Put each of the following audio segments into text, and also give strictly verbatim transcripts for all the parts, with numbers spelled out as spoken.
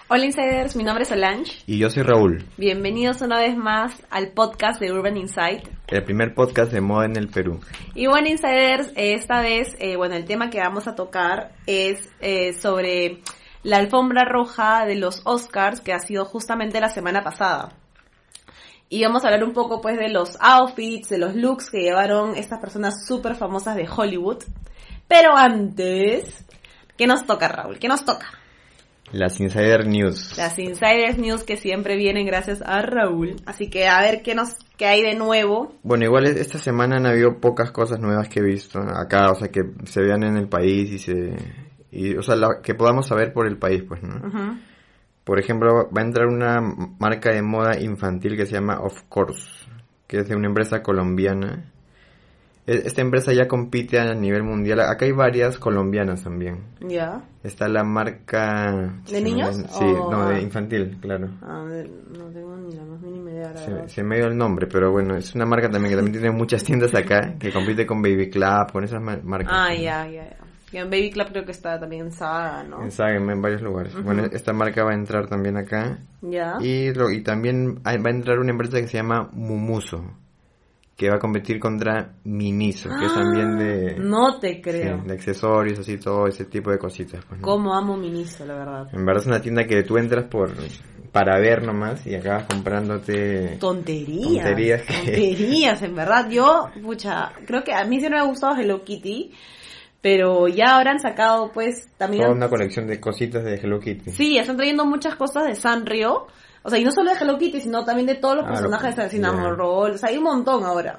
Hola Insiders, mi nombre es Solange. Y yo soy Raúl. Bienvenidos una vez más al podcast de Urban Insight. El primer podcast de moda en el Perú. Y bueno Insiders, esta vez, eh, bueno, el tema que vamos a tocar es eh, sobre la alfombra roja de los Oscars, que ha sido justamente la semana pasada. Y vamos a hablar un poco pues de los outfits, de los looks que llevaron estas personas súper famosas de Hollywood. Pero antes, ¿qué nos toca, Raúl? ¿Qué nos toca? Las Insider News. Las Insider News que siempre vienen gracias a Raúl. Así que a ver qué nos qué hay de nuevo. Bueno, igual esta semana han habido pocas cosas nuevas que he visto acá, o sea, que se vean en el país y se... Y, o sea, la, que podamos saber por el país, pues, ¿no? Uh-huh. Por ejemplo, va a entrar una marca de moda infantil que se llama Of Course, que es de una empresa colombiana. Esta empresa ya compite a nivel mundial. Acá hay varias colombianas también. Ya. Yeah. Está la marca... ¿De niños? Me... Sí, o... no, de infantil, claro. Ah, de... no tengo ni la más mínima idea. La se, se me dio el nombre, pero bueno, es una marca también que también tiene muchas tiendas acá, que compite con Baby Club, con esas marcas. Ah, ya, ya, ya. Y en Baby Club creo que está también en Saga, ¿no? En Saga, en varios lugares. Uh-huh. Bueno, esta marca va a entrar también acá. Ya. Y, lo, y también va a entrar una empresa que se llama Mumuso, que va a competir contra Miniso, que ah, es también de... No te creo. Sí, de accesorios, así, todo ese tipo de cositas. Pues, ¿no? Cómo amo Miniso, la verdad. En verdad es una tienda que tú entras por para ver nomás y acabas comprándote... Tonterías. Tonterías. Que... Tonterías, en verdad. Yo, pucha, creo que a mí sí me ha gustado Hello Kitty, pero ya ahora han sacado, pues, también... Toda una colección de cositas de Hello Kitty. Sí, están trayendo muchas cosas de Sanrio. O sea, y no solo de Hello Kitty, sino también de todos los ah, personajes de Cinnamon yeah. Roll. O sea, hay un montón ahora.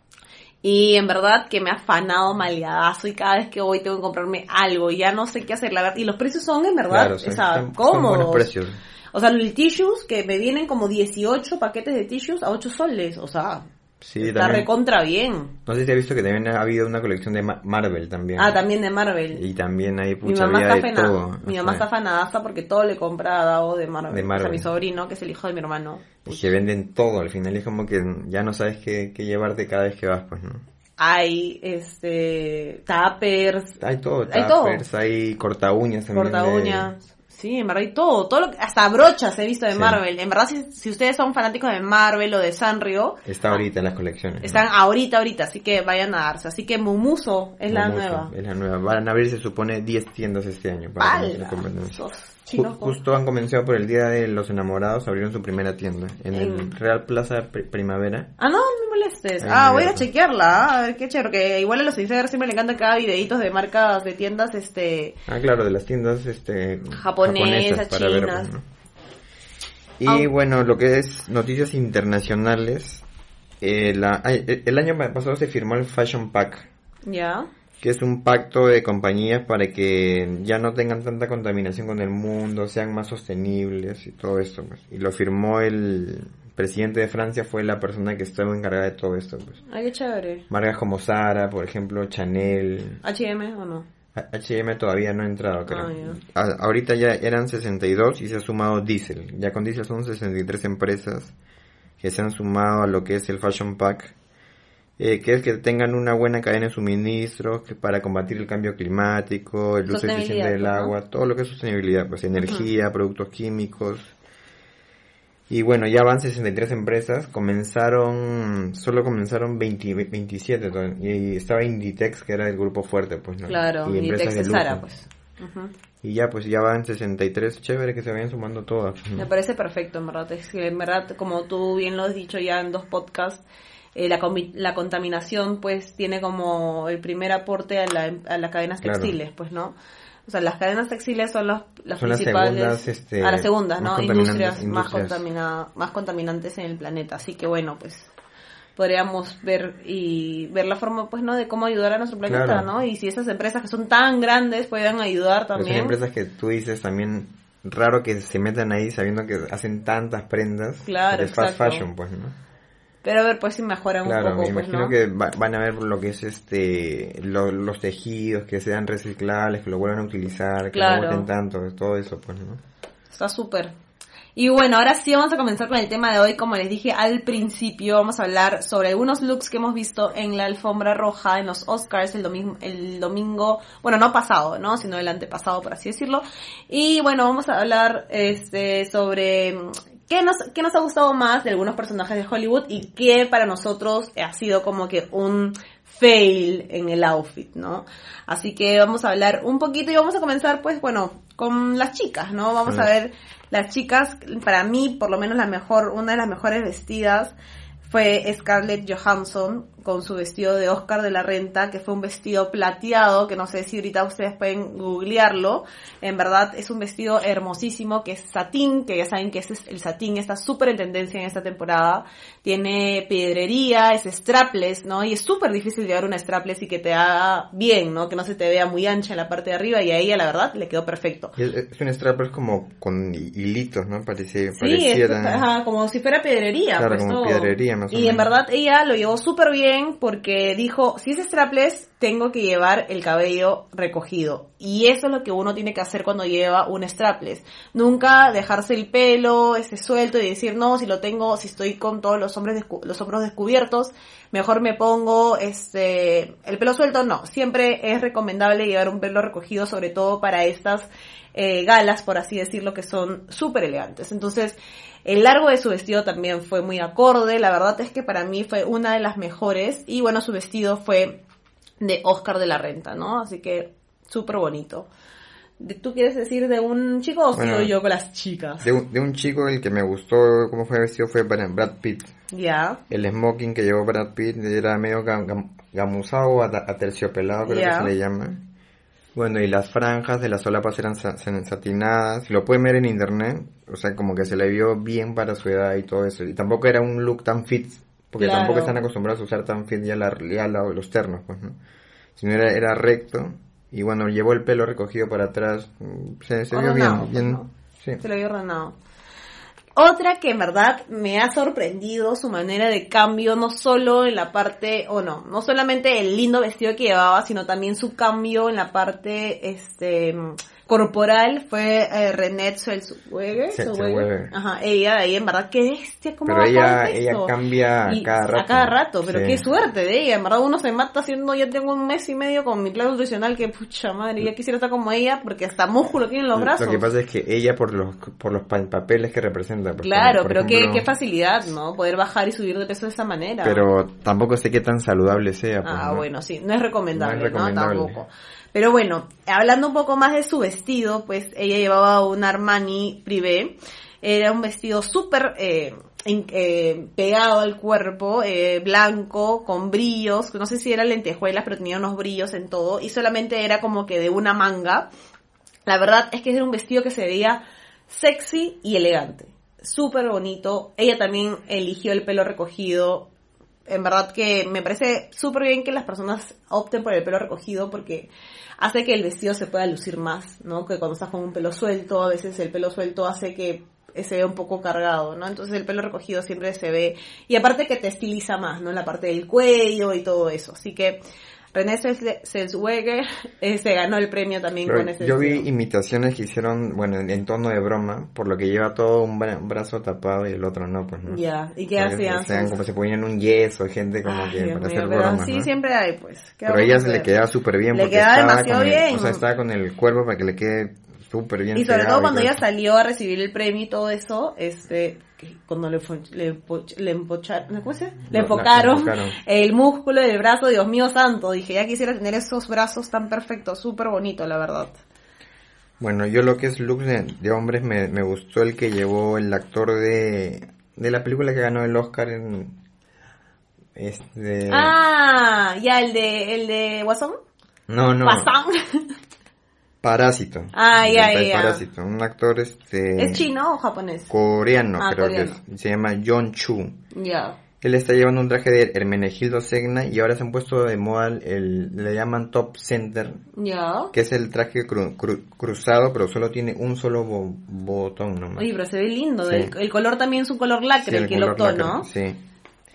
Y en verdad que me ha afanado maleadazo y cada vez que voy tengo que comprarme algo. Y ya no sé qué hacer, la verdad. Y los precios son, en verdad, claro, o sí, sea, son, cómodos. Son buenos precios. O sea, los tissues que me vienen como dieciocho paquetes de tissues a ocho soles. O sea... Sí, está también, recontra bien. No sé si has visto que también ha habido una colección de Ma- Marvel también. Ah, también de Marvel. Y también hay pucha mi mamá vida está de fena, todo. Mi mamá está afanadaza porque todo le compra a Dao de Marvel. De Marvel. O sea, mi sobrino, que es el hijo de mi hermano. Y que venden todo, al final es como que ya no sabes qué, qué llevarte cada vez que vas, pues, ¿no? Hay, este, tuppers. Hay todo, hay tuppers, todo. Hay corta uñas también. Corta uñas. De... Sí, en verdad hay todo, todo lo que, hasta brochas he visto de sí. Marvel. En verdad, si, si ustedes son fanáticos de Marvel o de Sanrio... Está ahorita en las colecciones. Están ¿no? ahorita, ahorita, así que vayan a darse. Así que Mumuso es Mumuso, la nueva. Es la nueva. Van a abrir, se supone, diez tiendas este año. Para Ju- justo han comenzado por el Día de los Enamorados, abrieron su primera tienda en el en... Real Plaza Pr- Primavera. Ah, no, no me molestes. Ahí ah, voy a chequearla, a ver qué chévere, que igual a los insiders siempre le encanta cada videitos de marcas de tiendas, este... Ah, claro, de las tiendas, este... japonesas, japonesas para chinas. Ver, ¿no? Y oh. bueno, lo que es noticias internacionales, eh, la, el año pasado se firmó el Fashion Pact. Ya. Yeah. Que es un pacto de compañías para que ya no tengan tanta contaminación con el mundo, sean más sostenibles y todo esto, pues. Y lo firmó el presidente de Francia, fue la persona que estuvo encargada de todo esto, pues. Ay, qué chévere. Marcas como Zara, por ejemplo, Chanel. ¿H y M o no? H y M todavía no ha entrado, creo. Ah, yeah. A- ahorita ya eran sesenta y dos y se ha sumado Diesel. Ya con Diesel son sesenta y tres empresas que se han sumado a lo que es el Fashion Pact. Eh, que es que tengan una buena cadena de suministro que para combatir el cambio climático, el uso eficiente del agua, ¿no? Todo lo que es sostenibilidad, pues energía, uh-huh. productos químicos. Y bueno, ya van sesenta y tres empresas, comenzaron, solo comenzaron veinte, veintisiete, y estaba Inditex, que era el grupo fuerte, pues, ¿no? Claro, y Inditex es Zara, pues. Uh-huh. Y ya, pues ya van sesenta y tres, chévere que se vayan sumando todas. ¿No? Me parece perfecto, en verdad, es que en verdad, como tú bien lo has dicho ya en dos podcasts, Eh, la, com- la contaminación pues tiene como el primer aporte a, la, a las cadenas textiles, claro. Pues, ¿no? O sea, las cadenas textiles son los, las son principales... Las segundas, este, a las segundas, ¿no? Industrias, industrias. Más, contamina- más contaminantes en el planeta. Así que bueno, pues podríamos ver y ver la forma, pues, ¿no? De cómo ayudar a nuestro planeta, claro. ¿No? Y si esas empresas que son tan grandes pueden ayudar también. Son empresas que tú dices también... Raro que se metan ahí sabiendo que hacen tantas prendas. Claro, de fast fashion, pues, ¿no? Pero a ver, pues si mejoran claro, un poco, me pues, imagino ¿no? que va, van a ver lo que es este lo, los tejidos, que sean reciclables, que lo vuelvan a utilizar, que claro. no boten tanto, todo eso, pues, ¿no? Está súper. Y bueno, ahora sí vamos a comenzar con el tema de hoy. Como les dije al principio, vamos a hablar sobre algunos looks que hemos visto en la alfombra roja, en los Oscars, el domingo, el domingo, bueno, no pasado, ¿no? Sino el antepasado, por así decirlo. Y bueno, vamos a hablar este sobre qué nos, qué nos ha gustado más de algunos personajes de Hollywood y qué para nosotros ha sido como que un fail en el outfit, ¿no? Así que vamos a hablar un poquito y vamos a comenzar, pues, bueno, con las chicas, ¿no? Vamos a ver las chicas. Para mí, por lo menos la mejor, una de las mejores vestidas fue Scarlett Johansson con su vestido de Oscar de la Renta, que fue un vestido plateado, que no sé si ahorita ustedes pueden googlearlo. En verdad es un vestido hermosísimo, que es satín, que ya saben que ese es el satín, está súper en tendencia en esta temporada. Tiene pedrería, es strapless, ¿no? Y es súper difícil llevar una strapless y que te haga bien, ¿no? Que no se te vea muy ancha en la parte de arriba, y a ella, la verdad, le quedó perfecto. Es, es un strapless como con hilitos, ¿no? Parece, sí, pareciera... es, ajá, como si fuera pedrería. Claro, pues, como todo. pedrería más o menos. Y en verdad ella lo llevó súper bien porque dijo, si es strapless, tengo que llevar el cabello recogido. Y eso es lo que uno tiene que hacer cuando lleva un strapless. Nunca dejarse el pelo este suelto y decir, no, si lo tengo, si estoy con todos los hombros, descu- los hombros descubiertos, mejor me pongo este el pelo suelto. No, siempre es recomendable llevar un pelo recogido, sobre todo para estas eh, galas, por así decirlo, que son súper elegantes. Entonces, el largo de su vestido también fue muy acorde. La verdad es que para mí fue una de las mejores. Y bueno, su vestido fue de Oscar de la Renta, ¿no? Así que súper bonito. ¿Tú quieres decir de un chico o Bueno, sigo yo con las chicas? De un, de un chico, el que me gustó cómo fue vestido fue Brad Brad Pitt. Ya. El smoking que llevó Brad Pitt era medio gam, gam, gamuzado, ata- aterciopelado, creo Ya. que se le llama. Bueno, y las franjas de las solapas eran sa- sa- satinadas. Lo pueden ver en internet. O sea, como que se le vio bien para su edad y todo eso. Y tampoco era un look tan fit, porque Claro. tampoco están acostumbrados a usar tan fit ya, la, ya la- los ternos, pues, ¿no? Sino era, era recto. Y bueno, llevó el pelo recogido para atrás. Se, se vio Ordenado, bien. bien ¿no? sí. Se lo había ordenado. Otra que en verdad me ha sorprendido su manera de cambio, no solo en la parte, o no, no solamente el lindo vestido que llevaba, sino también su cambio en la parte este corporal, fue eh, Renée Zellweger. Se- Zellweger. Zellweger. Ajá, ella, ella en verdad, qué bestia, cómo Pero bajó ella, de peso. ella cambia a Y cada rato. A cada rato, pero Sí. qué suerte de ella. En verdad uno se mata haciendo, ya tengo un mes y medio con mi plan nutricional que, pucha madre, ya quisiera estar como ella porque hasta músculo tiene en los brazos. Lo que pasa es que ella por los por los pa- papeles que representa. Pues, Claro, como, por pero ejemplo, qué, qué facilidad, ¿no? Poder bajar y subir de peso de esa manera. Pero tampoco sé qué tan saludable sea. Pues, Ah, ¿no? bueno, sí, no es recomendable, No es recomendable. ¿no? Tampoco. Pero bueno, hablando un poco más de su vestido, pues ella llevaba un Armani Privé. Era un vestido súper eh, in- eh, pegado al cuerpo, eh, blanco, con brillos. No sé si eran lentejuelas, pero tenía unos brillos en todo. Y solamente era como que de una manga. La verdad es que era un vestido que se veía sexy y elegante. Súper bonito. Ella también eligió el pelo recogido. En verdad que me parece súper bien que las personas opten por el pelo recogido porque hace que el vestido se pueda lucir más, ¿no? Que cuando estás con un pelo suelto, a veces el pelo suelto hace que se vea un poco cargado, ¿no? Entonces el pelo recogido siempre se ve, y aparte que te estiliza más, ¿no? La parte del cuello y todo eso. Así que Renée Zellweger eh, se ganó el premio también Pero con ese yo vi vestido. imitaciones que hicieron, bueno, en, en tono de broma, por lo que lleva todo un bra- brazo tapado y el otro no, pues, ¿no? Ya, ¿y qué Porque, hacían? o sea, sus- como se ponían un yeso, gente como Ay, que Dios para mío, hacer pero bromas, sí, ¿no? siempre hay, pues. ¿Qué Pero a vamos ella a se le hacer? quedaba súper bien Le porque quedaba estaba demasiado con el, bien. o sea, estaba con el cuerpo para que le quede súper bien Y sobre pegado todo cuando ella eso. salió a recibir el premio y todo eso, este, que cuando le, fo- le, po- le empocharon, ¿cómo se dice? Le La- la- enfocaron le enfocaron. el músculo del brazo, Dios mío santo, dije, ya quisiera tener esos brazos tan perfectos, súper bonito, la verdad. Bueno, yo lo que es looks de, de hombres me, me gustó el que llevó el actor de, de la película que ganó el Oscar en este Ah, ya, el de, el de Guasón. no no Guasón. Parásito. Ah, ya, El ya. Parásito, un actor este ¿Es chino o japonés? coreano, Ah, creo coreano. que es. Se llama John Chu. Ya. Él está llevando un traje de Hermenegildo Segna y ahora se han puesto de moda el, le llaman Top Center, Ya. que es el traje cru- cru- cruzado, pero solo tiene un solo bo- botón nomás. Oye, pero se ve lindo. Sí. El, el color también es un color lacre, Sí, el el que él color optó, lacra, ¿no? Sí.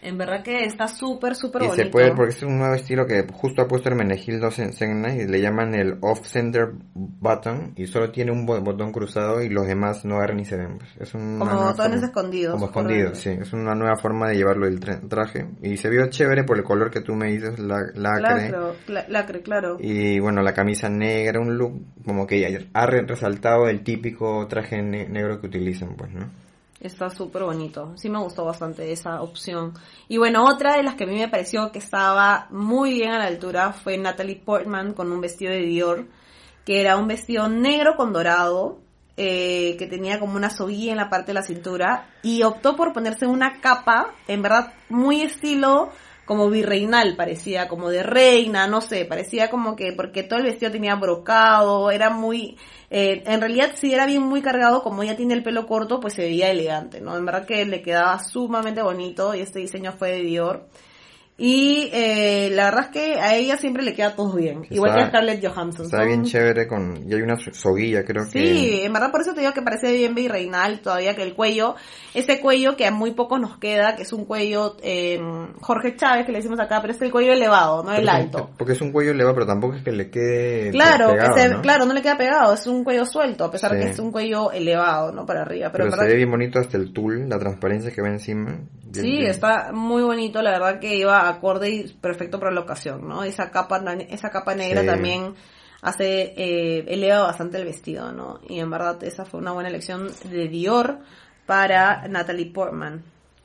En verdad que está súper, súper Y bonito. se puede ver porque es un nuevo estilo que justo ha puesto Hermenegildo Zegna y le llaman el off-center button y solo tiene un bo- botón cruzado y los demás no agarran ni se ven. Pues. Es una Como nueva botones forma- escondidos. Como escondidos, correcto. sí. Es una nueva forma de llevarlo el tra- traje. Y se vio chévere por el color que tú me dices, la lacre. Claro, cla- lacre, claro. Y bueno, la camisa negra, un look como que ha re- resaltado el típico traje ne- negro que utilizan, pues, ¿no? Está súper bonito. Sí me gustó bastante esa opción. Y bueno, otra de las que a mí me pareció que estaba muy bien a la altura fue Natalie Portman con un vestido de Dior, que era un vestido negro con dorado, eh, que tenía como una soguilla en la parte de la cintura, y optó por ponerse una capa, en verdad, muy estilo como virreinal, parecía, como de reina, no sé, parecía como que, porque todo el vestido tenía brocado, era muy, eh, en realidad si era bien muy cargado, como ella tiene el pelo corto, pues se veía elegante, ¿no? En verdad que le quedaba sumamente bonito, y este diseño fue de Dior. Y eh, la verdad es que a ella siempre le queda todo bien, Sí, igual está- que a Scarlett Johansson. Está Son- bien chévere con... Y hay una so- soguilla, creo que... Sí, en verdad por eso te digo que parece bien virreinal todavía, que el cuello, ese cuello que a muy poco nos queda, que es un cuello eh, Jorge Chávez, que le decimos acá, pero es el cuello elevado, no Pero el es un- alto. Porque es un cuello elevado, pero tampoco es que le quede Claro, pegado, que se, ¿no? claro, no le queda pegado, es un cuello suelto, a pesar Sí. que es un cuello elevado, ¿no? Para arriba, pero, Pero en se verdad ve bien bonito hasta el tul, la transparencia que va encima. Bien- sí, bien- está muy bonito, la verdad que iba acorde y perfecto para la ocasión, ¿no? Esa capa, esa capa negra Sí. también hace, eh, eleva bastante el vestido, ¿no? Y en verdad esa fue una buena elección de Dior para Natalie Portman.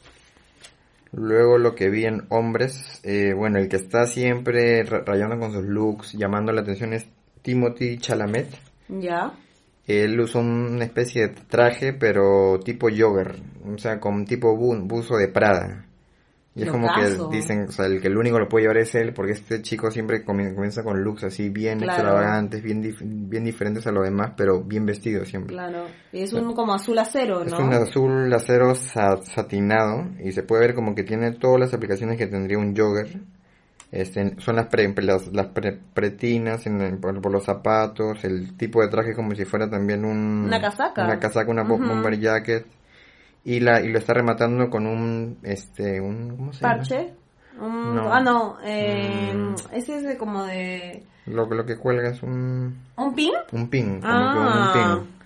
Luego lo que vi en hombres, eh, bueno, el que está siempre ra- rayando con sus looks, llamando la atención es Timothy Chalamet. ¿Ya? Él usó una especie de traje, pero tipo jogger, o sea, con tipo bu- buzo de Prada. Y es como Locazo. que dicen, o sea, el que el único lo puede llevar es él, porque este chico siempre comi- comienza con looks así bien Claro. extravagantes, bien dif- bien diferentes a los demás, pero bien vestido siempre. Claro. Y es un como azul acero, Es ¿no? un azul acero sa- satinado y se puede ver como que tiene todas las aplicaciones que tendría un jogger. Este, son las pre, las, las pre- pretinas en el- por, por los zapatos, el tipo de traje como si fuera también un... Una casaca. Una casaca, una bo- Ujú. bomber jacket. Y la y lo está rematando con un, este, un... ¿Cómo se llama? Parche. Un- No. Ah, no. Eh, Mm. Ese es de como de... Lo, lo que cuelga es un... ¿Un pin? Un pin, como Ah. que un pin.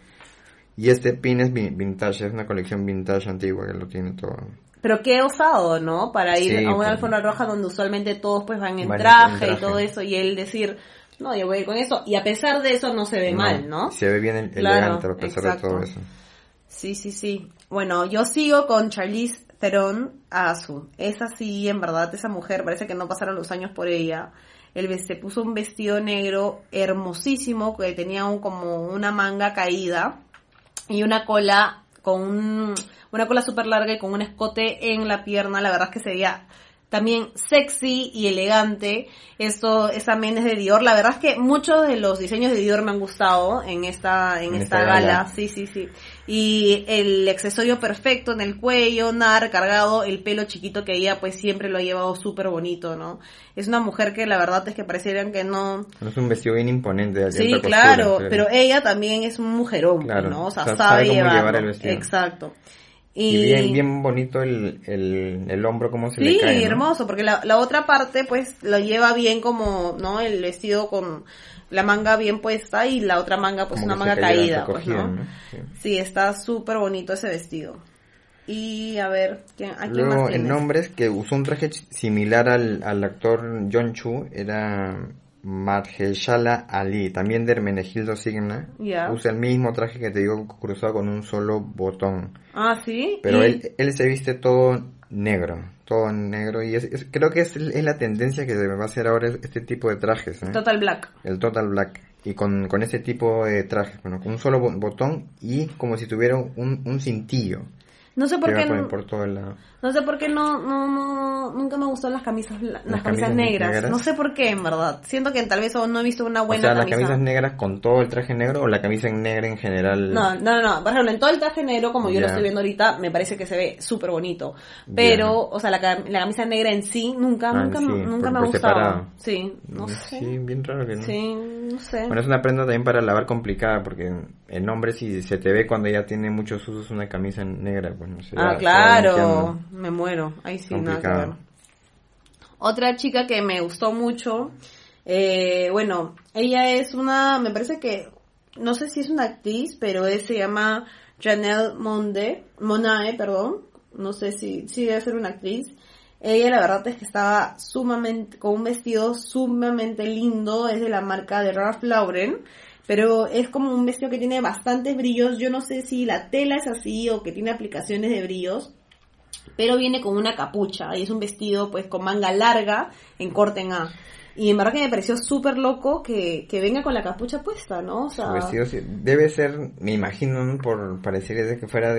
Y este pin es vi- vintage, es una colección vintage antigua que lo tiene todo. Pero qué osado, ¿no? Para ir Sí, a una pues. alfombra roja donde usualmente todos pues van en Van en- traje, en traje. y todo eso, y él decir, no, yo voy a ir con eso. Y a pesar de eso no se ve mal, ¿no? Se ve bien ele- Claro, elegante a pesar exacto. de todo eso. Sí, sí, sí. Bueno, yo sigo con Charlize Theron Azu. Esa sí, en verdad, esa mujer, parece que no pasaron los años por ella. Él ve- se puso un vestido negro hermosísimo que tenía un, como una manga caída y una cola con un, una cola súper larga y con un escote en la pierna. La verdad es que se veía también sexy y elegante. Esto, esa también es de Dior. La verdad es que muchos de los diseños de Dior me han gustado en esta, en, En esta, esta gala. gala. Sí, sí, sí. Y el accesorio perfecto en el cuello, nada recargado, el pelo chiquito que ella pues siempre lo ha llevado súper bonito, ¿no? Es una mujer que la verdad es que parecieran que no... Es un vestido bien imponente. de Sí, alta costura, claro, sí. pero ella también es un mujerón, pues, Claro, ¿no? O sea, o sea, sabe, sabe cómo llevarlo. llevar el vestido. Exacto. Y bien, bien bonito el, el, el hombro, cómo se Sí, le cae, ¿no? hermoso, porque la, la otra parte pues lo lleva bien como, ¿no? El vestido con la manga bien puesta y la otra manga pues Como una que se manga cayera caída, pues, recogida, ¿no? ¿no? Sí. Sí, está súper bonito ese vestido. Y a ver, ¿quién, ¿a quién Luego, más en tienes? hombres, que usó un traje ch- similar al, al actor John Chu, era Mahershala Ali, también de Hermenegildo Zegna. Ya. Usa el mismo traje que te digo, cruzado con un solo botón. Ah, sí. Pero Y- él, él se viste todo negro, todo negro, y es, es- creo que es, es la tendencia que va a hacer ahora este tipo de trajes, ¿eh? Total Black. El Total Black. Y con, con ese tipo de trajes, bueno, con un solo bo- botón y como si tuviera un, un cintillo. No sé por que va qué, por, no, por todo el lado. no sé por qué no, no, no, nunca me gustaron las camisas, bla- las, Las camisas, camisas negras. negras. No sé por qué, en verdad. Siento que tal vez aún no he visto una O buena sea, las camisa. camisas negras con todo el traje negro o la camisa en negra en general. No, no, no, por ejemplo, en todo el traje negro, como yo lo Ya. estoy viendo ahorita, me parece que se ve súper bonito. Pero, o sea, la, cam- la camisa negra en sí, nunca, Ah, nunca, sí, nunca por- me ha por gustado. separado. Sí, no sé. Sí, bien raro que no. Sí, no sé. Bueno, es una prenda también para lavar complicada, porque el hombre, si se te ve cuando ya tiene muchos usos una camisa negra, pues no sé. Ah, ya, claro, me muero. Ahí sí, nada que complicado. ver. Otra chica que me gustó mucho, eh, bueno, ella es una, me parece que, no sé si es una actriz, pero es, se llama Janelle Monde, Monáe, perdón, no sé si, si debe ser una actriz. Ella la verdad es que estaba sumamente, con un vestido sumamente lindo, es de la marca de Ralph Lauren, pero es como un vestido que tiene bastantes brillos, yo no sé si la tela es así o que tiene aplicaciones de brillos, pero viene con una capucha y es un vestido pues con manga larga en corte en A. Y en verdad que me pareció súper loco que, que venga con la capucha puesta, ¿no? O sea, Su vestido sí, debe ser, me imagino, ¿no? Por parecer de que fuera de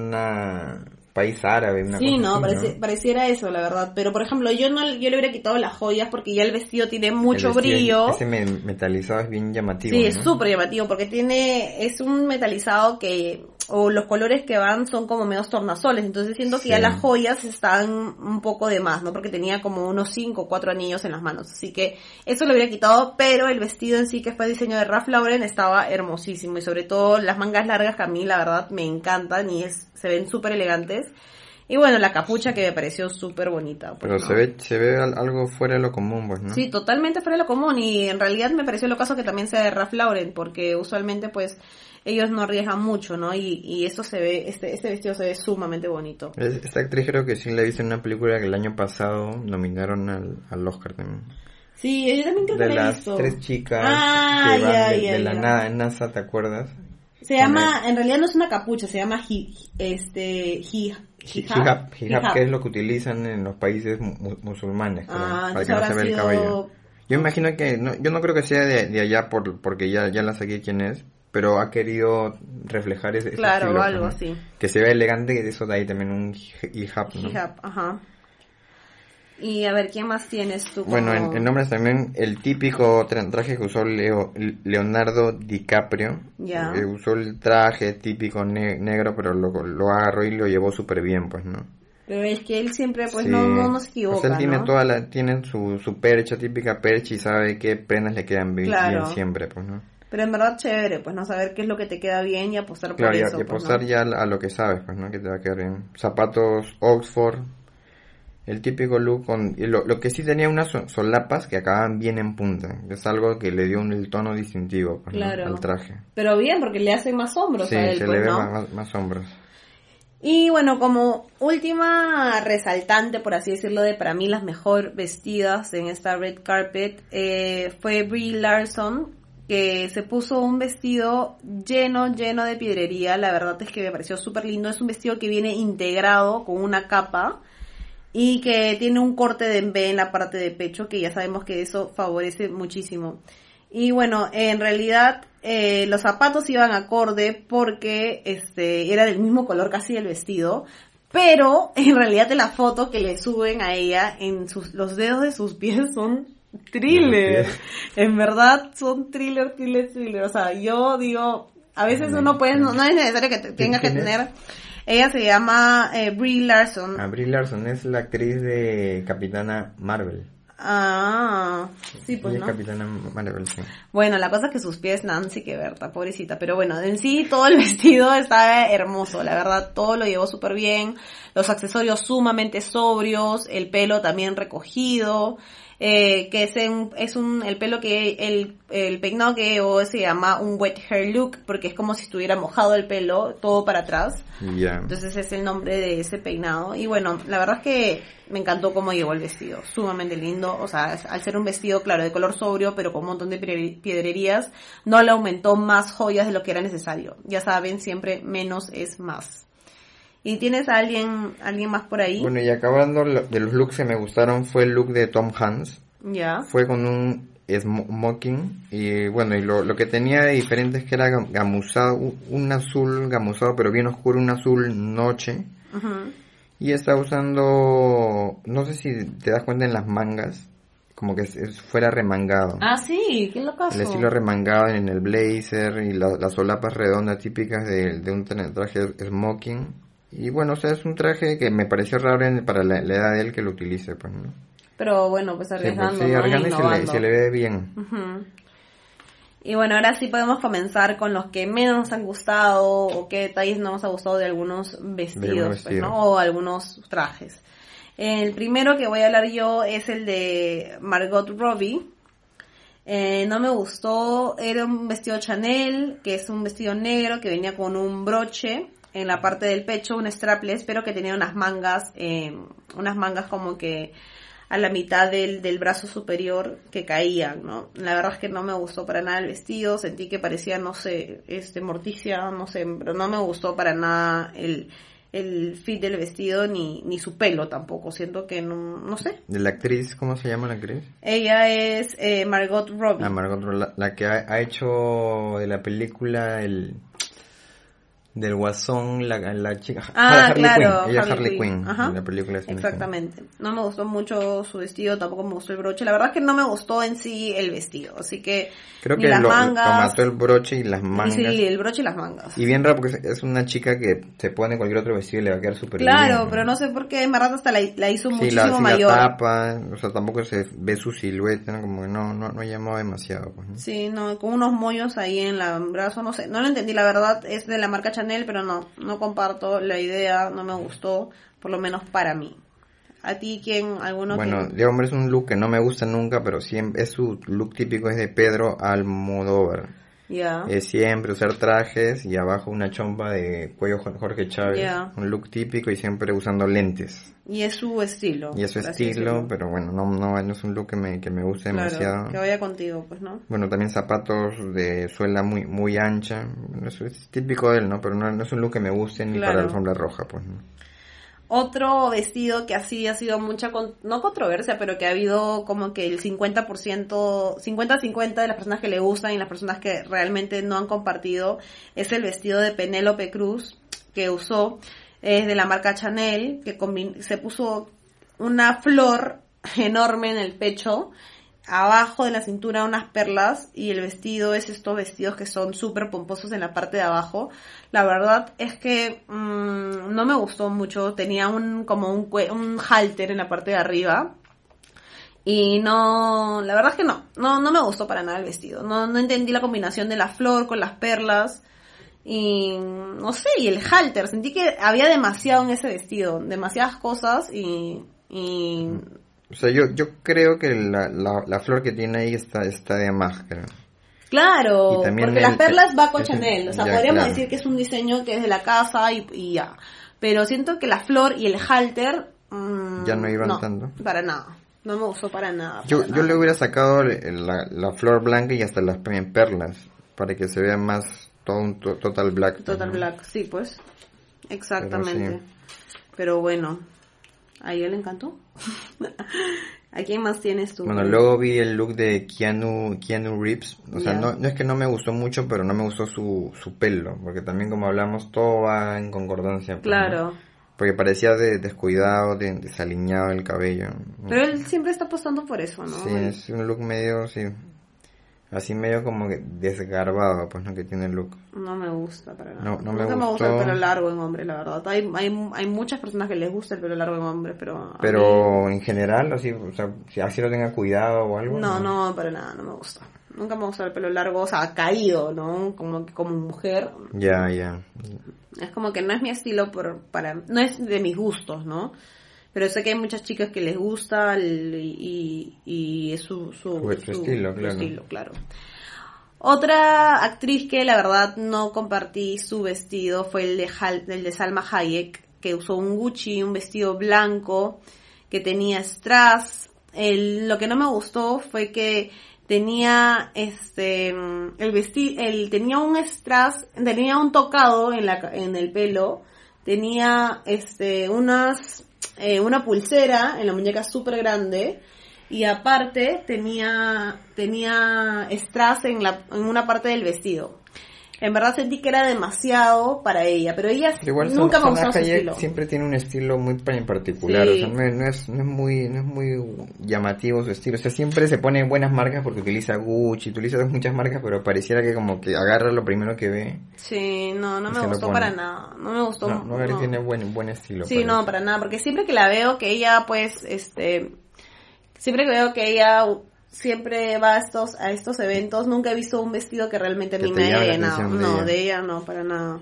una país árabe, una sí, cosa no, así, parece- ¿no? pareciera eso, la verdad. Pero, por ejemplo, yo no yo le hubiera quitado las joyas porque ya el vestido tiene mucho El vestido, brillo. ese me- metalizado es bien llamativo, Sí, ¿no? es súper llamativo porque tiene, es un metalizado que, o los colores que van son como medios tornasoles, entonces siento que Sí. ya las joyas están un poco de más, ¿no? Porque tenía como unos cinco o cuatro anillos en las manos, así que eso lo hubiera quitado, pero el vestido en sí que fue diseño de Ralph Lauren estaba hermosísimo y sobre todo las mangas largas que a mí la verdad me encantan y es, se ven súper elegantes. Y bueno, la capucha que me pareció súper bonita. pues, Pero ¿no? se ve se ve al- algo fuera de lo común, pues, ¿no? Sí, totalmente fuera de lo común y en realidad me pareció lo caso que también sea de Ralph Lauren porque usualmente pues ellos no arriesgan mucho, ¿no? Y, y eso se ve, este, este vestido se ve sumamente bonito. Es- Esta actriz creo que sí la he visto en una película que el año pasado nominaron al, al Oscar también. Sí, yo también creo que De la he las visto. tres chicas Ah, que van ya, de, ya, de la ya. nada en NASA, ¿te acuerdas? Se llama, en realidad no es una capucha, se llama hi, este, hi, Hijab, hijab, que es lo que utilizan en los países mu- musulmanes, creo, Ah, para entonces que no habrá se vea el sido- cabello. Yo imagino que, no, yo no creo que sea de, de allá por, porque ya, ya la saqué quién es, pero ha querido reflejar ese, ese Claro, estilo, algo pues, ¿no? así. Que se vea elegante, y eso de ahí también un hij- hijab, ¿no? Hijab, ajá. Y a ver, ¿quién más tienes tú? Bueno, como- en, en hombres también el típico tra- traje que usó Leo, Leonardo DiCaprio. Ya. Eh, usó el traje típico ne- negro, pero lo, lo agarró y lo llevó súper bien, pues, ¿no? Pero es que él siempre, pues, Sí. no, no nos equivoca, O sea, él tiene ¿no? toda la, tiene su, su percha, típica percha, y sabe qué prendas le quedan bien, Claro. bien siempre, pues, ¿no? Pero en verdad chévere, pues, no saber qué es lo que te queda bien y apostar Claro, por y, a- eso, y pues, apostar ¿no? ya a lo que sabes, pues, ¿no? Que te va a quedar bien. Zapatos Oxford, el típico look con... y Lo, lo que sí tenía unas so- solapas que acababan bien en punta. Es algo que le dio un, el tono distintivo, pues, ¿no? Claro. Al traje. Pero bien, porque le hacen más hombros Sí, a él, se pues, le ve ¿no? más, más, más hombros. Y bueno, como última resaltante, por así decirlo, de para mí las mejor vestidas en esta red carpet, eh, fue Brie Larson, que se puso un vestido lleno, lleno de piedrería. La verdad es que me pareció súper lindo. Es un vestido que viene integrado con una capa y que tiene un corte de V en la parte de pecho, que ya sabemos que eso favorece muchísimo. Y bueno, en realidad eh, los zapatos iban acorde porque este era del mismo color casi del vestido, pero en realidad en la foto que le suben a ella, en sus, los dedos de sus pies son thriller. En verdad son thriller, thriller, thriller. O sea, yo digo, a veces uno puede, no, no es necesario que te- tengas que ¿Quién es? tener. Ella se llama eh, Brie Larson. Ah, Brie Larson es la actriz de Capitana Marvel. Ah, sí, pues Ella no. es Capitana Marvel, sí. Bueno, la cosa es que sus pies, Nancy, que Berta, pobrecita. Pero bueno, en sí todo el vestido estaba hermoso, la verdad, todo lo llevó súper bien. Los accesorios sumamente sobrios, el pelo también recogido, eh, que es, un, es un, el pelo que, el, el peinado que llevó se llama un wet hair look, porque es como si estuviera mojado el pelo, todo para atrás. Ya. Entonces es el nombre de ese peinado. Y bueno, la verdad es que me encantó cómo llevó el vestido. Sumamente lindo. O sea, al ser un vestido, claro, de color sobrio, pero con un montón de piedre- piedrerías, no le aumentó más joyas de lo que era necesario. Ya saben, siempre menos es más. ¿Y tienes a alguien, alguien más por ahí? Bueno, y acabando lo- de los looks que me gustaron fue el look de Tom Hanks. Ya. Fue con un smoking y bueno, y lo, lo que tenía de diferente es que era gam- gamuzado, un, un azul gamuzado pero bien oscuro, un azul noche. Ujú. Y está usando, no sé si te das cuenta en las mangas, como que es- es- fuera remangado. Ah, sí, qué locazo. El estilo remangado en el blazer y la- las solapas redondas típicas de, de un tra- traje smoking. Y bueno, o sea, es un traje que me pareció raro en- para la, la edad de él que lo utilice, pues, ¿no? Pero bueno, pues Sí, pues, arriesgando, sí, ¿no? arriesgando y se le, Innovando. se le ve bien. Ujú. Y bueno, ahora sí podemos comenzar con los que menos nos han gustado o qué detalles no nos ha gustado de algunos vestidos, vestido. pues, ¿no? O algunos trajes. El primero que voy a hablar yo es el de Margot Robbie. Eh, no me gustó, era un vestido Chanel, que es un vestido negro que venía con un broche en la parte del pecho, un strapless, pero que tenía unas mangas, eh, unas mangas como que a la mitad del, del brazo superior que caían, ¿no? La verdad es que no me gustó para nada el vestido, sentí que parecía, no sé, este Morticia, no sé, pero no me gustó para nada el, el fit del vestido ni, ni su pelo tampoco, siento que no, no sé. ¿De la actriz? ¿Cómo se llama la actriz? Ella es eh, Margot Robbie. Ah, Margot Robbie, la, la que ha, ha hecho de la película el... del Guasón, la, la chica ah, Harley claro, Quinn, ella Harley, Harley Quinn, Quinn Ajá. en la película. Exactamente. No me gustó mucho su vestido, tampoco me gustó el broche. La verdad es que no me gustó en sí el vestido, así que creo ni que las lo, mangas, lo mató el broche y las mangas. Sí, el broche y las mangas. Y bien raro porque es una chica que se pone cualquier otro vestido y le va a quedar súper claro, bien. Claro, pero no sé por qué en verdad hasta la, la hizo sí, muchísimo la, sí, mayor. la tapa, o sea, tampoco se ve su silueta, ¿no? Como que no, no, no llamó demasiado. Pues, ¿no? Sí, no, con unos moños ahí en la brazo, no sé, no lo entendí, la verdad, es de la marca Chanel, pero no, no comparto la idea, no me gustó, por lo menos para mí. ¿A ti quién, alguno bueno, que...? de hombre es un look que no me gusta nunca, pero siempre es su look típico, es de Pedro Almodóvar. Ya. Yeah. Es siempre usar trajes y abajo una chompa de cuello Jorge Chávez. Yeah. Un look típico y siempre usando lentes. Y es su estilo. Y es su estilo, pero bueno, no, no, no es un look que me, que me guste claro, demasiado. que vaya contigo, pues, ¿no? Bueno, también zapatos de suela muy muy ancha. Eso es típico de él, ¿no? Pero no, no es un look que me guste ni claro. para la alfombra roja, pues, ¿no? Otro vestido que así ha sido mucha, con, no controversia, pero que ha habido como que el cincuenta por ciento, cincuenta cincuenta de las personas que le gustan y las personas que realmente no han compartido, es el vestido de Penélope Cruz que usó, es de la marca Chanel, que combin- se puso una flor enorme en el pecho, abajo de la cintura unas perlas, y el vestido es estos vestidos que son súper pomposos en la parte de abajo. La verdad es que mmm, no me gustó mucho, tenía un como un, cue- un halter en la parte de arriba, y no, la verdad es que no, no, no me gustó para nada el vestido, no, no entendí la combinación de la flor con las perlas, y no sé, y el halter, sentí que había demasiado en ese vestido, demasiadas cosas, y... y O sea, yo yo creo que la, la, la flor que tiene ahí está está de más, creo. Claro, porque el, las perlas va con es, Chanel, o sea, ya, podríamos claro. decir que es un diseño que es de la casa y, y ya. Pero siento que la flor y el halter... Mmm, ya no iban no, tanto. para nada, no me gustó para nada. Yo para yo nada. le hubiera sacado la, la flor blanca y hasta las perlas, para que se vea más todo un to, total black. Total ¿no? black, sí, pues, exactamente. Pero, sí. Pero bueno, ¿a ella le encantó? ¿A quién más tienes tú? Bueno, luego vi el look de Keanu, Keanu Reeves. O sea, Ya. no, no es que no me gustó mucho, pero no me gustó su, su pelo. Porque también, como hablamos, todo va en concordancia. pues, Claro. ¿no? Porque parecía de, descuidado, de, desaliñado el cabello. Pero él siempre está apostando por eso, ¿no? Sí, es un look medio, sí. Así medio como que desgarbado, pues, ¿no? Que tiene el look. No me gusta para nada. No, no me Nunca me gusta el gustó. pelo largo en hombres, la verdad. Hay, hay, hay muchas personas que les gusta el pelo largo en hombres, pero... a Pero mí- en general, así, o sea, si así lo tenga cuidado o algo. No, no, para nada, no me gusta. Nunca me gusta el pelo largo, o sea, caído, ¿no? Como que como mujer. Ya, ya. Es como que no es mi estilo por, para... No es de mis gustos, ¿no? Pero sé que hay muchas chicas que les gusta el- y, y es su, su, Su- su estilo, claro. estilo, claro. Otra actriz que la verdad no compartí su vestido fue el de, Hal- el de Salma Hayek, que usó un Gucci, un vestido blanco, que tenía strass. El, lo que no me gustó fue que tenía este el vestido, el tenía un strass, tenía un tocado en la en el pelo, tenía este unas eh, una pulsera en la muñeca súper grande. Y aparte tenía tenía strass en la en una parte del vestido. En verdad sentí que era demasiado para ella, pero ella Pero igual nunca me Salma gustó su Hayek estilo. siempre tiene un estilo muy pa- en particular, Sí. o sea, no es, no es, no es muy, no es muy llamativo su estilo, o sea, siempre se pone en buenas marcas porque utiliza Gucci, utiliza muchas marcas, pero pareciera que como que agarra lo primero que ve. Sí, no, no Y me se lo gustó pone. para nada. No me gustó. No, no, no. tiene buen, buen estilo. Sí, parece. no, para nada, porque siempre que la veo que ella pues este siempre que veo que ella siempre va a estos, a estos eventos. Nunca he visto un vestido que realmente a mí me haya llenado. No, de ella no, para nada.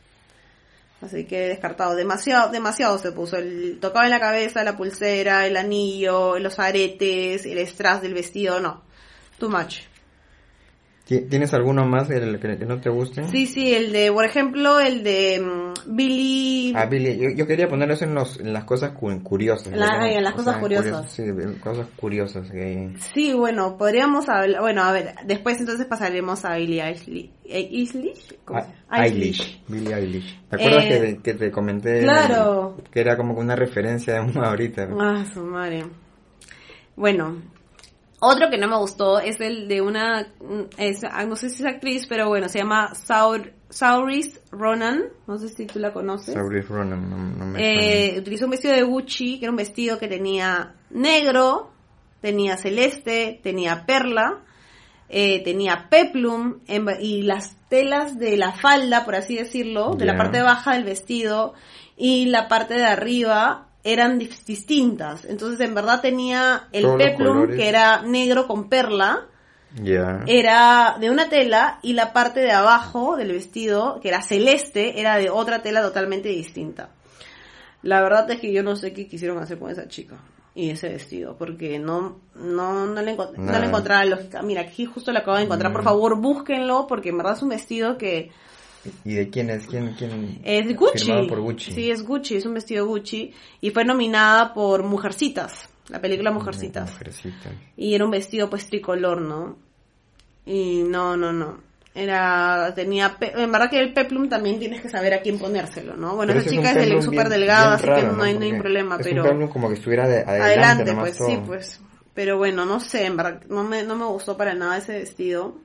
Así que descartado. Demasiado, demasiado se puso. El, tocaba en la cabeza, la pulsera, el anillo, los aretes, el strass del vestido, no. Too much. ¿Tienes alguno más el que, que no te guste? Sí, sí, el de, por ejemplo, el de um, Billy... Ah, Billy, yo, yo quería poner eso en, los, en las cosas cu- curiosas. La, ¿no? en las o cosas sea, curiosas. Curiosas. Sí, cosas curiosas. Que... Sí, bueno, podríamos hablar... Bueno, a ver, después entonces pasaremos a Billie Eilish. ¿Eilish? ¿Cómo se llama? Eilish. Billie Eilish. ¿Te acuerdas eh, que, que te comenté? Claro. El, que era como una referencia de una ahorita. Ah, su madre. Bueno... Otro que no me gustó es el de una, es, no sé si es actriz, pero bueno, se llama Saur, Saoirse Ronan, no sé si tú la conoces. Saoirse Ronan, no, no me eh, suena. Utilizó un vestido de Gucci, que era un vestido que tenía negro, tenía celeste, tenía perla, eh, tenía peplum, en, y las telas de la falda, por así decirlo, yeah. de la parte baja del vestido, y la parte de arriba... eran distintas, entonces en verdad tenía el Todos peplum que era negro con perla, yeah. era de una tela, y la parte de abajo del vestido que era celeste era de otra tela totalmente distinta. La verdad es que yo no sé qué quisieron hacer con esa chica y ese vestido, porque no no no le, encont- no le encontraba lógica. Mira, aquí justo lo acabo de encontrar, mm. por favor búsquenlo, porque en verdad es un vestido que... ¿Y de quién es? ¿Quién, quién? Es Gucci. Firmado por Gucci. Sí, es Gucci, es un vestido Gucci. Y fue nominada por Mujercitas, la película Mujercitas. Mujercitas. Y era un vestido pues tricolor, ¿no? Y no, no, no. Era, tenía, pe- en verdad que el peplum también tienes que saber a quién ponérselo, ¿no? Bueno, pero esa chica es, es súper delgada, así raro, que no, no hay ningún problema, es pero... un peplum como que estuviera de adelante, adelante pues, todo. sí, pues. Pero bueno, no sé, en verdad, no me, no me gustó para nada ese vestido.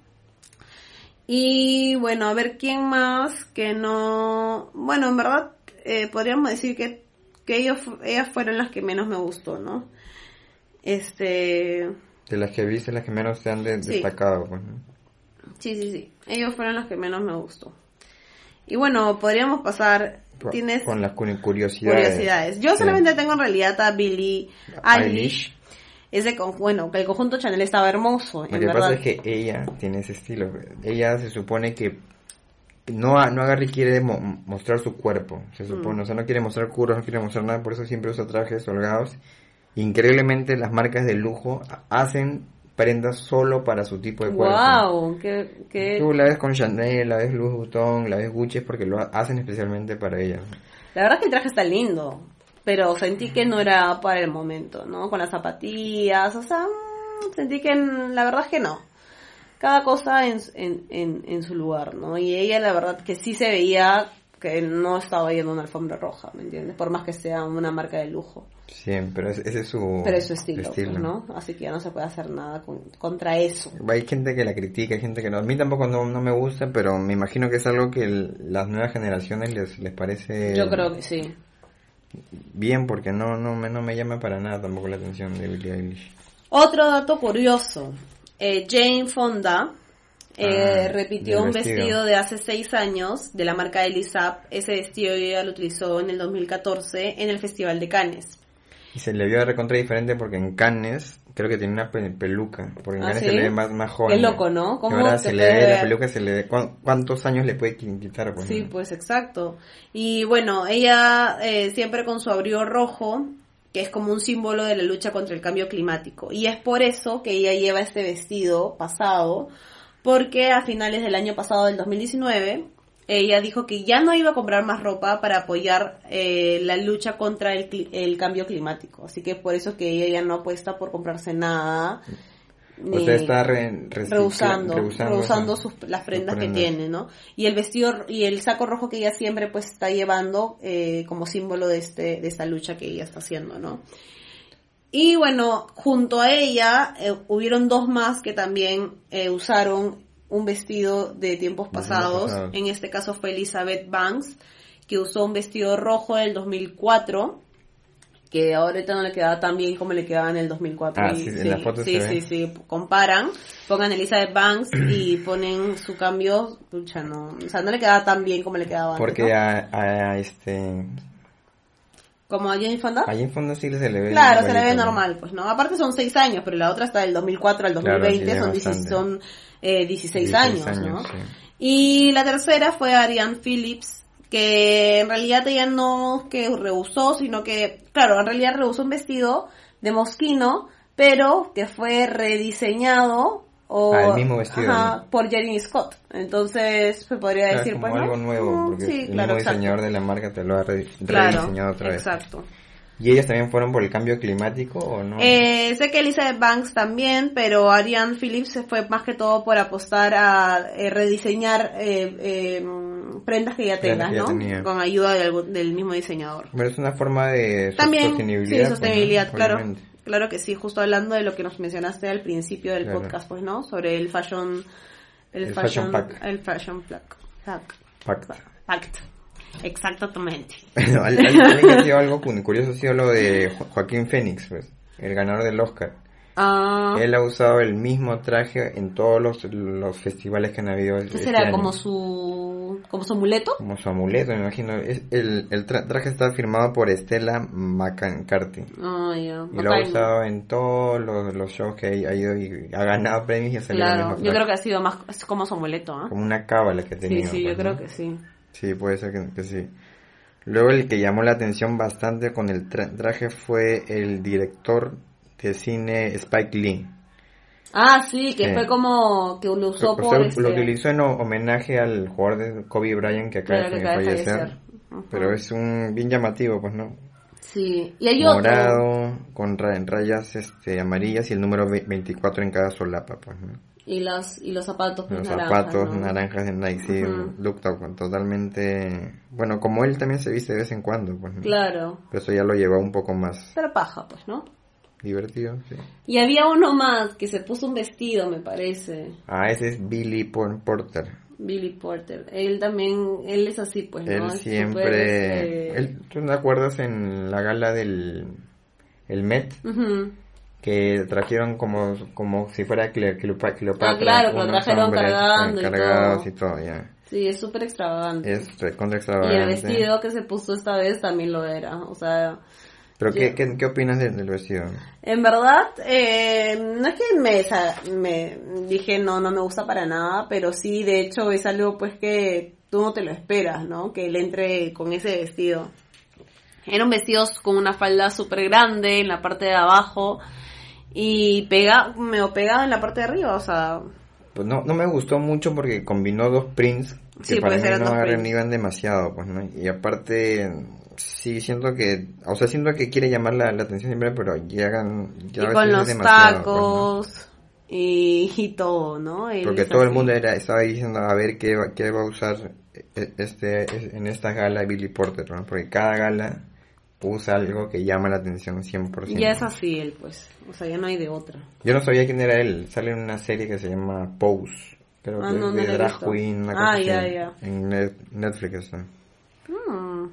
Y bueno, a ver quién más que no... Bueno, en verdad eh, podríamos decir que, que ellos, ellas fueron las que menos me gustó, ¿no? Este... De las que viste, las que menos te han de- sí. destacado, pues, ¿no? Sí, sí, sí. Ellos fueron las que menos me gustó. Y bueno, podríamos pasar... Con, ¿Tienes con las curiosidades. curiosidades. Yo sí. solamente tengo en realidad a Billie Eilish. Ese con, bueno, que el conjunto Chanel estaba hermoso. Lo en que verdad. pasa es que ella tiene ese estilo. Ella se supone que no, no agarra y quiere mo- mostrar su cuerpo. Se supone, mm. o sea, no quiere mostrar curos, no quiere mostrar nada, por eso siempre usa trajes holgados. Increíblemente las marcas de lujo hacen prendas solo para su tipo de cuerpo. Wow, qué, qué... Tú la ves con Chanel, la ves Louis Vuitton, la ves Gucci, es porque lo hacen especialmente para ella. La verdad es que el traje está lindo, pero sentí que no era para el momento, ¿no? Con las zapatillas, o sea, sentí que la verdad es que no. Cada cosa en, en, en, en su lugar, ¿no? Y ella la verdad que sí se veía que no estaba yendo a una alfombra roja, ¿me entiendes? Por más que sea una marca de lujo. Sí, pero ese, ese es su, pero es su estilo, estilo. Pues, ¿no? Así que ya no se puede hacer nada con, contra eso. Hay gente que la critica, hay gente que no. A mí tampoco no, no me gusta, pero me imagino que es algo que el, las nuevas generaciones les, les parece... Yo creo que sí. Bien, porque no, no, me, no me llama para nada tampoco la atención de Billie Eilish. Otro dato curioso. Eh, Jane Fonda... Eh, ah, repitió un vestido. vestido de hace seis años de la marca Elisab. Ese vestido ella lo utilizó en el dos mil catorce en el Festival de Cannes. Y se le vio de recontra diferente porque en Cannes creo que tiene una pe- peluca, porque en ¿Ah, Cannes sí? se le ve más, más joven. Qué loco, ¿no? ¿Cómo ahora se se le puede ve la ver? peluca, se le ve, ¿cu- ¿cuántos años le puede quitar? Pues, Sí, ¿no? pues exacto. Y bueno, ella eh, siempre con su abrigo rojo, que es como un símbolo de la lucha contra el cambio climático. Y es por eso que ella lleva este vestido pasado, porque a finales del año pasado, del dos mil diecinueve, ella dijo que ya no iba a comprar más ropa para apoyar eh, la lucha contra el, cli- el cambio climático. Así que por eso que ella ya no apuesta por comprarse nada. O sea, está re, recicla, rehusando, rehusando, rehusando sus, sus, las prendas, sus prendas que tiene, ¿no? Y el vestido y el saco rojo que ella siempre pues está llevando eh, como símbolo de este de esta lucha que ella está haciendo, ¿no? Y bueno, junto a ella eh, hubieron dos más que también eh, usaron un vestido de tiempos pasados. pasados. En este caso fue Elizabeth Banks, que usó un vestido rojo del dos mil cuatro, que ahorita no le quedaba tan bien como le quedaba en el dos mil cuatro. Ah, y, sí, sí, en la foto sí, se sí, ve. sí, comparan, pongan Elizabeth Banks y ponen su cambio, pucha, no, o sea, no le quedaba tan bien como le quedaba Porque antes, ¿no? a, a este ¿Como a Jane Fonda? A Jane Fonda sí se le ve. Claro, se le ve ¿no? normal, pues, ¿no? Aparte son seis años, pero la otra está del dos mil cuatro al dos mil veinte, claro, sí, son, dieciséis, son eh, dieciséis, dieciséis años, ¿no? años, sí. Y la tercera fue Ariane Phillips, que en realidad ella no que rehusó, sino que, claro, en realidad rehusó un vestido de Moschino, pero que fue rediseñado o ah, el mismo vestido, ajá, ¿no? por Jeremy Scott. Entonces se podría Claro, decir, es como pues, algo ¿no? nuevo, Mm, porque sí, el claro, mismo exacto. diseñador de la marca te lo ha re- Claro, rediseñado otra vez. Exacto. ¿Y ellas también fueron por el cambio climático o no? Eh, sé que Elizabeth Banks también, pero Ariane Phillips se fue más que todo por apostar a eh, rediseñar eh, eh, prendas que ya Prendas tengas, que ya ¿no? tenía. Con ayuda de algún- del mismo diseñador. Pero es una forma de so- También, sostenibilidad. sí, sostenibilidad, pues, ¿no? claro. Obviamente. Claro que sí, justo hablando de lo que nos mencionaste al principio del Claro. podcast, pues, ¿no? Sobre el fashion... El, El fashion, fashion pack. El fashion pack. Pack. Pact. Pact. Exactamente. Bueno, al- al- también que ha sido algo cu- curioso ha sido lo de Jo- Joaquín Phoenix, pues, el ganador del Oscar. Ah, Él ha usado el mismo traje en todos los, los festivales que han habido. ¿qué este será? año. ¿Como su como su amuleto? Como su amuleto, me imagino. Es, el el tra- traje está firmado por Stella McCartney. Ah, ya. Y lo ha Bacán. usado en todos los, los shows que ha ido y ha ganado premios y ha salido el Claro, mismo yo traje. creo que ha sido más es como su amuleto, ¿ah? Como una cábala que Sí, tenía. sí, yo creo que sí. Sí, puede ser que, que sí. Luego el que llamó la atención bastante con el tra- traje fue el director de cine Spike Lee. Ah, sí, que Sí. fue como que lo usó O sea, por este... lo utilizó en ho- homenaje al jugador de Kobe Bryant que acaba Claro, de que acaba de fallecer. fallecer. Ujú. Pero es un bien llamativo, pues, ¿no? Sí, y hay otro. Morado, con ra- rayas este, amarillas y el número ve- veinticuatro en cada solapa, pues, ¿no? Y los, y los zapatos pues, Los naranjas, zapatos ¿no? naranjas de Nike, sí, Ujú. un look to- totalmente... Bueno, como él también se viste de vez en cuando, pues, ¿no? Claro, Pero eso ya lo llevó un poco más pero paja, pues, ¿no? divertido, sí. Y había uno más que se puso un vestido, me parece. Ah, ese es Billy Por- Porter. Billy Porter. Él también, él es así, pues, ¿no? Él Es siempre... súper, este, Él, ¿tú te acuerdas en la gala del el Met? Ujú. Que trajeron como como si fuera Cle- Cleopa- Cleopatra. Ah, claro, que lo unos trajeron hombres, cargando eh, y cargados todo. y todo, ya. Sí, es súper extravagante. Es recontra Y extravagante. el vestido que se puso esta vez también lo era, o sea... Pero ¿qué, yo- qué, qué opinas del, del vestido? En verdad, eh, no es que me, sa- me dije no, no me gusta para nada, pero sí, de hecho, es algo pues que tú no te lo esperas, ¿no? Que él entre con ese vestido. Era un vestido con una falda súper grande en la parte de abajo y pega, medio pegado en la parte de arriba, o sea... Pues no, no me gustó mucho porque combinó dos prints que Sí, para pues mí eran no dos prints. iban demasiado, pues, ¿no? Y aparte, sí, siento que, o sea, siento que quiere llamar la, la atención siempre, pero llegan, ya a y veces con es los demasiado, tacos pues, y, y todo, ¿no? ¿no? Él Porque es todo el así. mundo era, estaba diciendo a ver qué, va- qué va a usar e- este en esta gala Billy Porter, ¿no? Porque cada gala usa algo que llama la atención cien por ciento. Ya es así él, pues, o sea, ya no hay de otra. Yo no sabía quién era él. Sale en una serie que se llama Pose. Creo Ah, que no, es no de la he Drag visto. Queen. Una Ah, cosa así. ya, ya. En Net- Netflix está. Mm.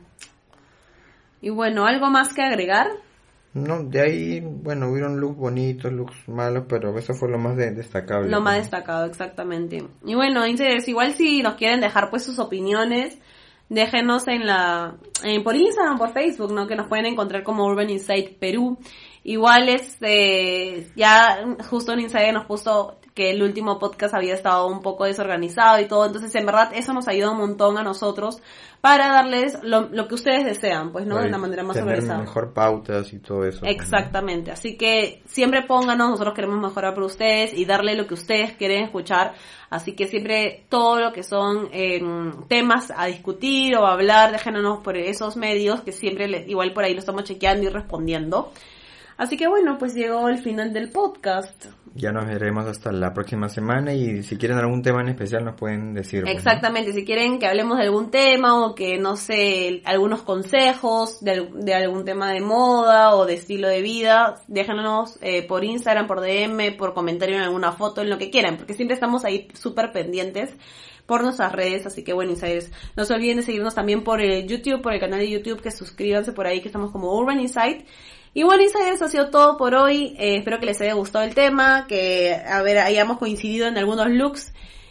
Y bueno, ¿algo más que agregar? No, de ahí, bueno, hubieron looks bonitos, looks malos, pero eso fue lo más de- destacable. Lo más pues. destacado, exactamente. Y bueno, Insiders, igual si nos quieren dejar pues sus opiniones, déjenos en la en, por Instagram, por Facebook, ¿no? Que nos pueden encontrar como Urban Insight Perú. Igual este ya justo en Insider nos puso que el último podcast había estado un poco desorganizado y todo, entonces en verdad eso nos ayuda un montón a nosotros para darles lo, lo que ustedes desean, pues, ¿no? De una manera más Tener organizada. mejor pautas y todo eso. pues, ¿no? Exactamente, así que siempre pónganos, nosotros queremos mejorar por ustedes y darle lo que ustedes quieren escuchar, así que siempre todo lo que son eh, temas a discutir o a hablar, déjenos por esos medios que siempre le- igual por ahí lo estamos chequeando y respondiendo. Así que bueno, pues llegó el final del podcast. Ya nos veremos hasta la próxima semana y si quieren algún tema en especial nos pueden decir. pues, ¿no? Exactamente, si quieren que hablemos de algún tema o que, no sé, algunos consejos de, al- de algún tema de moda o de estilo de vida, déjenos eh, por Instagram, por D M, por comentario en alguna foto, en lo que quieran, porque siempre estamos ahí súper pendientes por nuestras redes, así que bueno, Insiders, no se olviden de seguirnos también por el YouTube, por el canal de YouTube, que suscríbanse por ahí, que estamos como Urban Insight. Y bueno, Insiders, ha sido todo por hoy. Eh, espero que les haya gustado el tema, que a ver hayamos coincidido en algunos looks.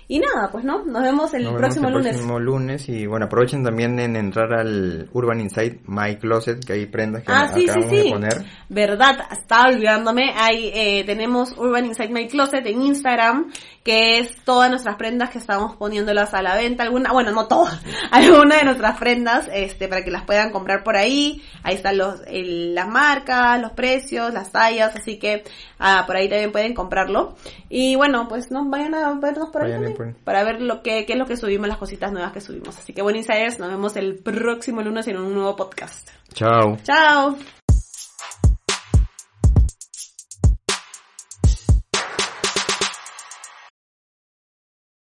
Y nada, pues no, nos vemos el Nos próximo vemos el lunes. próximo lunes y bueno, aprovechen también en entrar al Urban Insight My Closet, que hay prendas que Ah, sí, sí, acabamos sí. de poner. Verdad, estaba olvidándome. Hay, eh, tenemos Urban Inside My Closet en Instagram, que es todas nuestras prendas que estamos poniéndolas a la venta. Alguna, bueno, no todas, algunas de nuestras prendas, este, para que las puedan comprar por ahí. Ahí están los, el, las marcas, los precios, las tallas, así que ah, por ahí también pueden comprarlo. Y bueno, pues no vayan a vernos por ahí Vayan, también, pues. para ver lo que, qué es lo que subimos, las cositas nuevas que subimos. Así que bueno, Insiders, nos vemos el próximo lunes en un nuevo podcast. Chao. Chao.